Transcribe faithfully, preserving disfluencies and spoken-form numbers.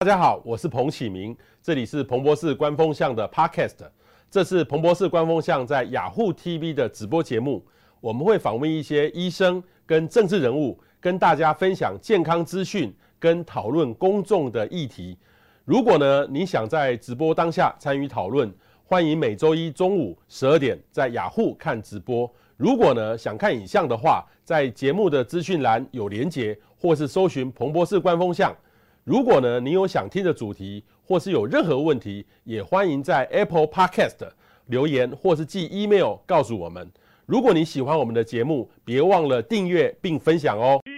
家好，我是彭启明，这里是彭博士观风向的 Podcast。这是彭博士观风向在雅虎 T V 的直播节目，我们会访问一些医生跟政治人物，跟大家分享健康资讯，跟讨论公众的议题。如果呢你想在直播当下参与讨论，欢迎每周一中午十二点在雅虎看直播。如果呢想看影像的话，在节目的资讯栏有连结，或是搜寻彭博士观风向。如果呢你有想听的主题，或是有任何问题，也欢迎在 Apple Podcast 留言或是寄 email 告诉我们。如果你喜欢我们的节目，别忘了订阅并分享哦。